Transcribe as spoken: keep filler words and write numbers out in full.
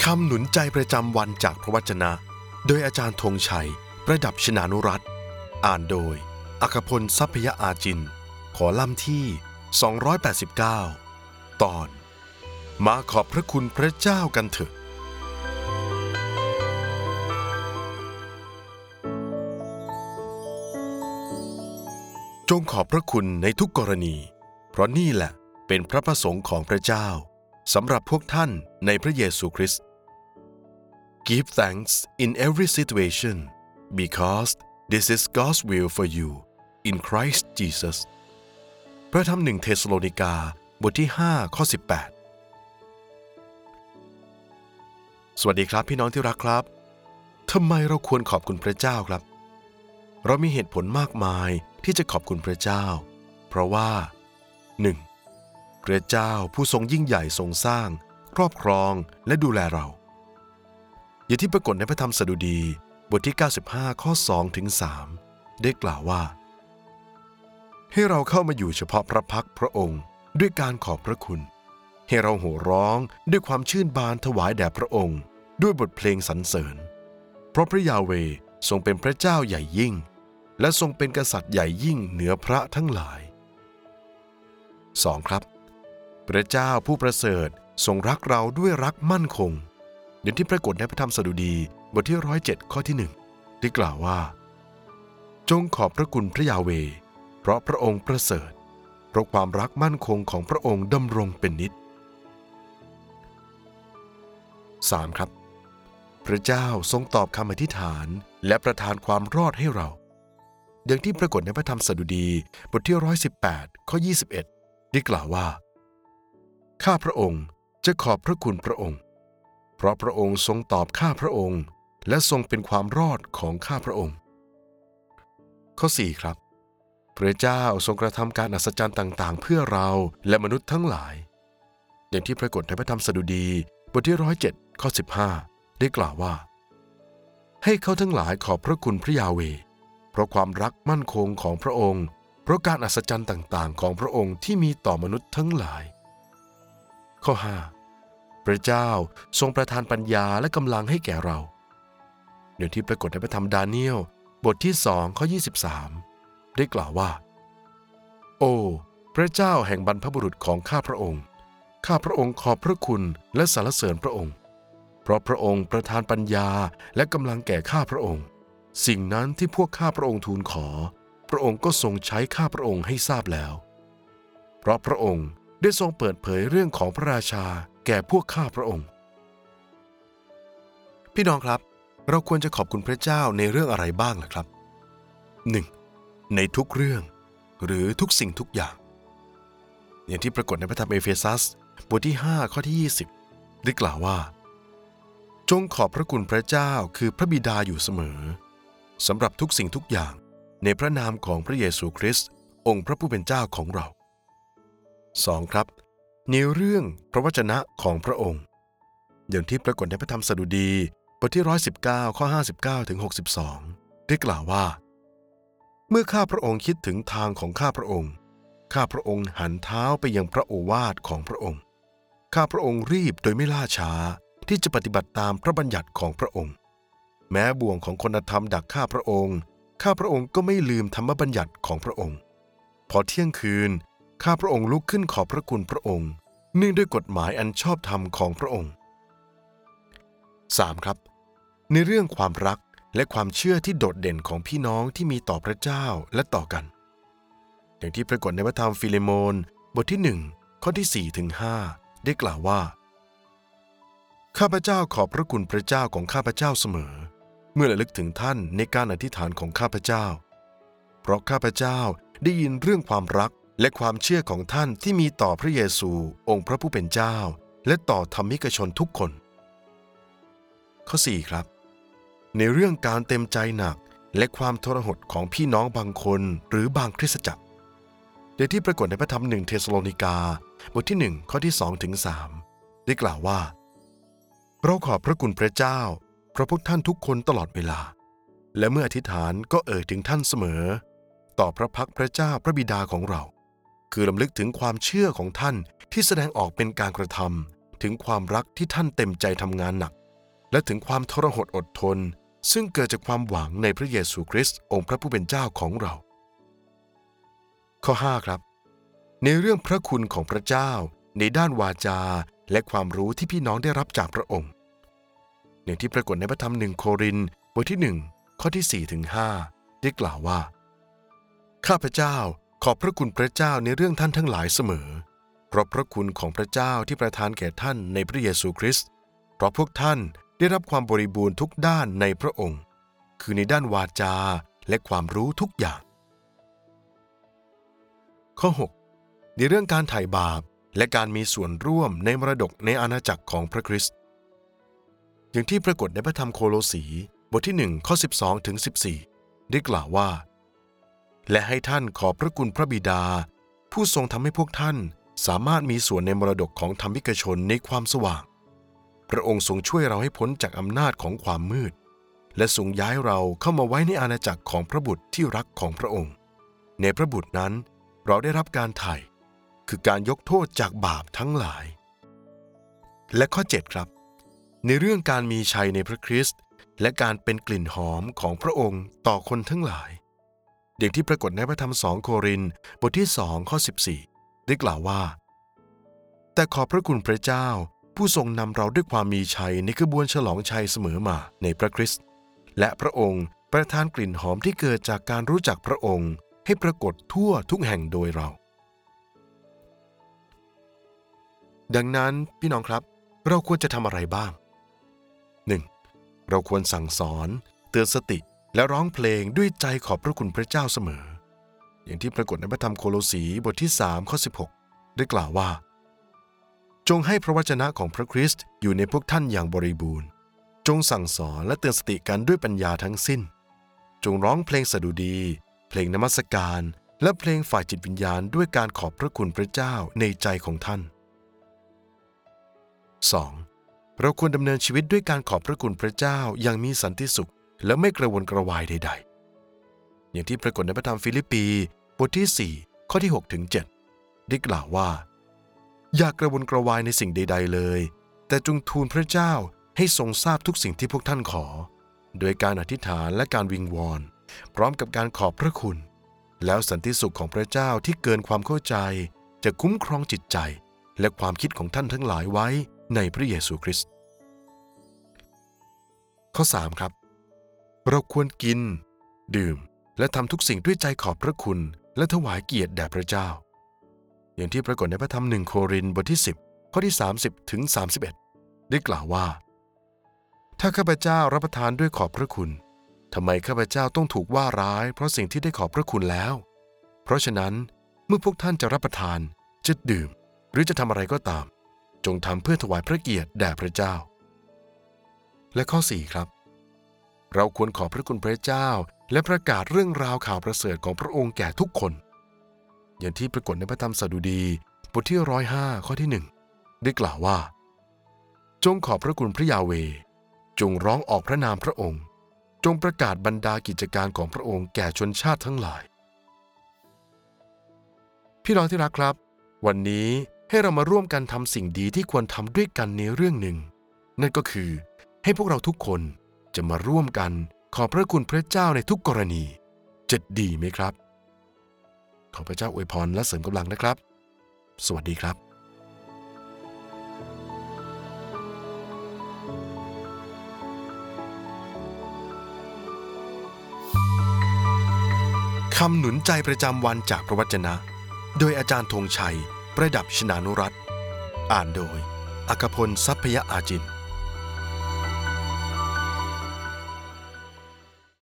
คำหนุนใจประจำวันจากพระวจนะโดยอาจารย์ธงชัยประดับชนานุรัตน์อ่านโดยอัครพลทรัพยอาจินขอลัมที่สองร้อยแปดสิบเก้าตอนมาขอบพระคุณพระเจ้ากันเถอะจงขอบพระคุณในทุกกรณีเพราะนี่แหละเป็นพระประสงค์ของพระเจ้าสำหรับพวกท่านในพระเยซูคริสต์ Give thanks in every situation because this is God's will for you in Christ Jesus พระธรรมหนึ่งเธสโลนิกาบทที่ห้าข้อสิบแปดสวัสดีครับพี่น้องที่รักครับทำไมเราควรขอบคุณพระเจ้าครับเรามีเหตุผลมากมายที่จะขอบคุณพระเจ้าเพราะว่า หนึ่ง. พระเจ้าผู้ทรงยิ่งใหญ่ทรงสร้างครอบครองและดูแลเราอย่างที่ปรากฏในพระธรรมสดุดีบทที่เก้าสิบห้าข้อสองถึงสามได้กล่าวว่าให้เราเข้ามาอยู่เฉพาะพระพักพระองค์ด้วยการขอบพระคุณให้เราโห่ร้องด้วยความชื่นบานถวายแด่พระองค์ด้วยบทเพลงสรรเสริญเพราะพระยาเวห์ทรงเป็นพระเจ้าใหญ่ยิ่งและทรงเป็นกษัตริย์ใหญ่ยิ่งเหนือพระทั้งหลาย สอง. ครับพระเจ้าผู้ประเสริฐทรงรักเราด้วยรักมั่นคงอย่างที่ปรากฏในพระธรรมสดุดีบทที่หนึ่งร้อยเจ็ดข้อที่หนึ่งได้กล่าวว่าจงขอบพระคุณพระยาเวห์เพราะพระองค์ประเสริฐเพราะความรักมั่นคงของพระองค์ดำรงเป็นนิจ สาม. ครับพระเจ้าทรงตอบคำอธิษฐานและประทานความรอดให้เราอย่างที่ปรากฏในพระธรรมสดุดีบทที่หนึ่งร้อยสิบแปดข้อยี่สิบเอ็ดได้กล่าวว่าข้าพระองค์จะขอบพระคุณพระองค์เพราะพระองค์ทรงตอบข้าพระองค์และทรงเป็นความรอดของข้าพระองค์ข้อสี่ ครับพระเจ้าทรงกระทำการอัศจรรย์ต่างๆเพื่อเราและมนุษย์ทั้งหลายอย่างที่ปรากฏในพระธรรมสดุดีบทที่หนึ่งร้อยเจ็ดข้อสิบห้าได้กล่าวว่าให้เขาทั้งหลายขอบพระคุณพระยาเวห์เพราะความรักมั่นคงของพระองค์เพราะการอัศจรรย์ต่างๆของพระองค์ที่มีต่อมนุษย์ทั้งหลายข้อห้าพระเจ้าทรงประทานปัญญาและกำลังให้แก่เราอย่างที่ปรากฏในพระธรรมดาเนียลบทที่สองข้อยี่สิบสามได้กล่าวว่าโอ้พระเจ้าแห่งบรรพบุรุษของข้าพระองค์ข้าพระองค์ขอบพระคุณและสรรเสริญพระองค์เพราะพระองค์ประทานปัญญาและกำลังแก่ข้าพระองค์สิ่งนั้นที่พวกข้าพระองค์ทูลขอพระองค์ก็ทรงใช้ข้าพระองค์ให้ทราบแล้วเพราะพระองค์ได้ทรงเปิดเผยเรื่องของพระราชาแก่พวกข้าพระองค์พี่น้องครับเราควรจะขอบคุณพระเจ้าในเรื่องอะไรบ้างล่ะครับ หนึ่ง. ในทุกเรื่องหรือทุกสิ่งทุกอย่างอย่างที่ปรากฏในพระธรรมเอเฟซัสบทที่ห้าข้อที่ยี่สิบได้กล่าวว่าจงขอบพระคุณพระเจ้าคือพระบิดาอยู่เสมอสำหรับทุกสิ่งทุกอย่างในพระนามของพระเยซูคริสต์องค์พระผู้เป็นเจ้าของเรา สอง. ครับในเรื่องพระวจนะของพระองค์อย่างที่ปรากฏในพระธรรมสดุดีบทที่หนึ่งร้อยสิบเก้าข้อห้าสิบเก้าถึงหกสิบสองได้กล่าวว่าเมื่อข้าพระองค์คิดถึงทางของข้าพระองค์ข้าพระองค์หันเท้าไปยังพระโอวาทของพระองค์ข้าพระองค์รีบโดยไม่ล่าช้าที่จะปฏิบัติตามพระบัญญัติของพระองค์แม้บ่วงของคนธรรมดักข้าพระองค์ข้าพระองค์ก็ไม่ลืมธรรมบัญญัติของพระองค์พอเที่ยงคืนข้าพระองค์ลุกขึ้นขอบพระคุณพระองค์เนื่องด้วยกฎหมายอันชอบธรรมของพระองค์ สาม. ครับในเรื่องความรักและความเชื่อที่โดดเด่นของพี่น้องที่มีต่อพระเจ้าและต่อกันอย่างที่ปรากฏในพระธรรมฟิเลโมนบทที่หนึ่งข้อที่สี่ถึงห้าได้กล่าวว่าข้าพเจ้าขอบพระคุณพระเจ้าของข้าพเจ้าเสมอเมื่อระลึกถึงท่านในการอธิษฐานของข้าพเจ้าเพราะข้าพเจ้าได้ยินเรื่องความรักและความเชื่อของท่านที่มีต่อพระเยซูองค์พระผู้เป็นเจ้าและต่อธรรมิกชนทุกคนข้อสี่ครับในเรื่องการเต็มใจหนักและความทรหดของพี่น้องบางคนหรือบางคริสตจักรอย่างที่ปรากฏในพระธรรมหนึ่งเธสโลนิกาบทที่หนึ่งข้อที่สองถึงสามได้กล่าวว่าเราขอบพระคุณพระเจ้าเพราะพวกท่านทุกคนตลอดเวลาและเมื่ออธิษฐานก็เอ่ยถึงท่านเสมอต่อพระพักพระเจ้าพระบิดาของเราคือรำลึกถึงความเชื่อของท่านที่แสดงออกเป็นการกระทำถึงความรักที่ท่านเต็มใจทำงานหนักและถึงความทรหดอดทนซึ่งเกิดจากความหวังในพระเยซูคริสต์องค์พระผู้เป็นเจ้าของเราข้อห้าครับในเรื่องพระคุณของพระเจ้าในด้านวาจาและความรู้ที่พี่น้องได้รับจากพระองค์อย่างที่ปรากฏในพระธรรมหนึ่งโครินธ์บทที่หนึ่งข้อที่สี่ถึงห้าได้กล่าวว่าข้าพเจ้าขอบพระคุณพระเจ้าในเรื่องท่านทั้งหลายเสมอเพราะพระคุณของพระเจ้าที่ประทานแก่ท่านในพระเยซูคริสต์เพราะพวกท่านได้รับความบริบูรณ์ทุกด้านในพระองค์คือในด้านวาจาและความรู้ทุกอย่างข้อหกในเรื่องการไถ่บาปและการมีส่วนร่วมในมรดกในอาณาจักรของพระคริสต์อย่างที่ปรากฏในพระธรรมโคโลสีบทที่หนึ่งข้อสิบสองถึงสิบสี่ได้กล่าวว่าและให้ท่านขอบพระคุณพระบิดาผู้ทรงทำให้พวกท่านสามารถมีส่วนในมรดกของธรรมิกชนในความสว่างพระองค์ทรงช่วยเราให้พ้นจากอำนาจของความมืดและทรงย้ายเราเข้ามาไว้ในอาณาจักรของพระบุตรที่รักของพระองค์ในพระบุตรนั้นเราได้รับการไถ่คือการยกโทษจากบาปทั้งหลายและข้อเจ็ดครับในเรื่องการมีชัยในพระคริสต์และการเป็นกลิ่นหอมของพระองค์ต่อคนทั้งหลายอย่างที่ปรากฏในพระธรรมสองโครินธ์บทที่สองข้อสิบสี่ได้กล่าวว่าแต่ขอบพระคุณพระเจ้าผู้ทรงนำเราด้วยความมีชัยในขบวนฉลองชัยเสมอมาในพระคริสต์และพระองค์ประทานกลิ่นหอมที่เกิดจากการรู้จักพระองค์ให้ปรากฏทั่วทุกแห่งโดยเราดังนั้นพี่น้องครับเราควรจะทำอะไรบ้าง หนึ่ง. เราควรสั่งสอนเตือนสติและร้องเพลงด้วยใจขอบพระคุณพระเจ้าเสมออย่างที่ปรากฏในพระธรรมโคโลสีบทที่สามข้อสิบหกได้กล่าวว่าจงให้พระวจนะของพระคริสต์อยู่ในพวกท่านอย่างบริบูรณ์จงสั่งสอนและเตือนสติกันด้วยปัญญาทั้งสิ้นจงร้องเพลงสดุดีเพลงนมัสการและเพลงฝ่ายจิตวิญญาณด้วยการขอบพระคุณพระเจ้าในใจของท่าน สอง. เราควรดำเนินชีวิตด้วยการขอบพระคุณพระเจ้าอย่างมีสันติสุขและไม่กระวนกระวายใดๆอย่างที่ปรากฏในพระธรรมฟิลิปปีบทที่สี่ข้อที่หกถึงเจ็ดได้กล่าวว่าอย่ากระวนกระวายในสิ่งใดๆเลยแต่จงทูลพระเจ้าให้ทรงทราบทุกสิ่งที่พวกท่านขอโดยการอธิษฐานและการวิงวอนพร้อมกับการขอบพระคุณแล้วสันติสุขของพระเจ้าที่เกินความเข้าใจจะคุ้มครองจิตใจและความคิดของท่านทั้งหลายไว้ในพระเยซูคริสต์ข้อสามครับเราควรกินดื่มและทำทุกสิ่งด้วยใจขอบพระคุณและถวายเกียรติแด่พระเจ้าอย่างที่ปรากฏในพระธรรมหนึ่งโครินธ์บทที่สิบข้อที่สามสิบถึงสามสิบเอ็ดได้กล่าวว่าถ้าข้าพเจ้ารับประทานด้วยขอบพระคุณทำไมข้าพเจ้าต้องถูกว่าร้ายเพราะสิ่งที่ได้ขอบพระคุณแล้วเพราะฉะนั้นเมื่อพวกท่านจะรับประทานจะดื่มหรือจะทำอะไรก็ตามจงทำเพื่อถวายพระเกียรติแด่พระเจ้าและข้อสี่ครับเราควรขอบพระคุณพระเจ้าและประกาศเรื่องราวข่าวประเสริฐของพระองค์แก่ทุกคนอย่างที่ปรากฏในพระธรรมสดุดีบทที่ร้อยห้าข้อที่หนึ่งได้กล่าวว่าจงขอบพระคุณพระยาเวห์จงร้องออกพระนามพระองค์จงประกาศบรรดากิจการของพระองค์แก่ชนชาติทั้งหลายพี่น้องที่รักครับวันนี้ให้เรามาร่วมกันทำสิ่งดีที่ควรทำด้วยกันในเรื่องหนึ่งนั่นก็คือให้พวกเราทุกคนจะมาร่วมกันขอบพระคุณพระเจ้าในทุกกรณีจะดีไหมครับขอพระเจ้าอวยพรและเสริมกำลังนะครับสวัสดีครับคำหนุนใจประจำวันจากพระวจนะโดยอาจารย์ธงชัยประดับชนานุรัตน์อ่านโดยอัครพลทรัพยอาจิน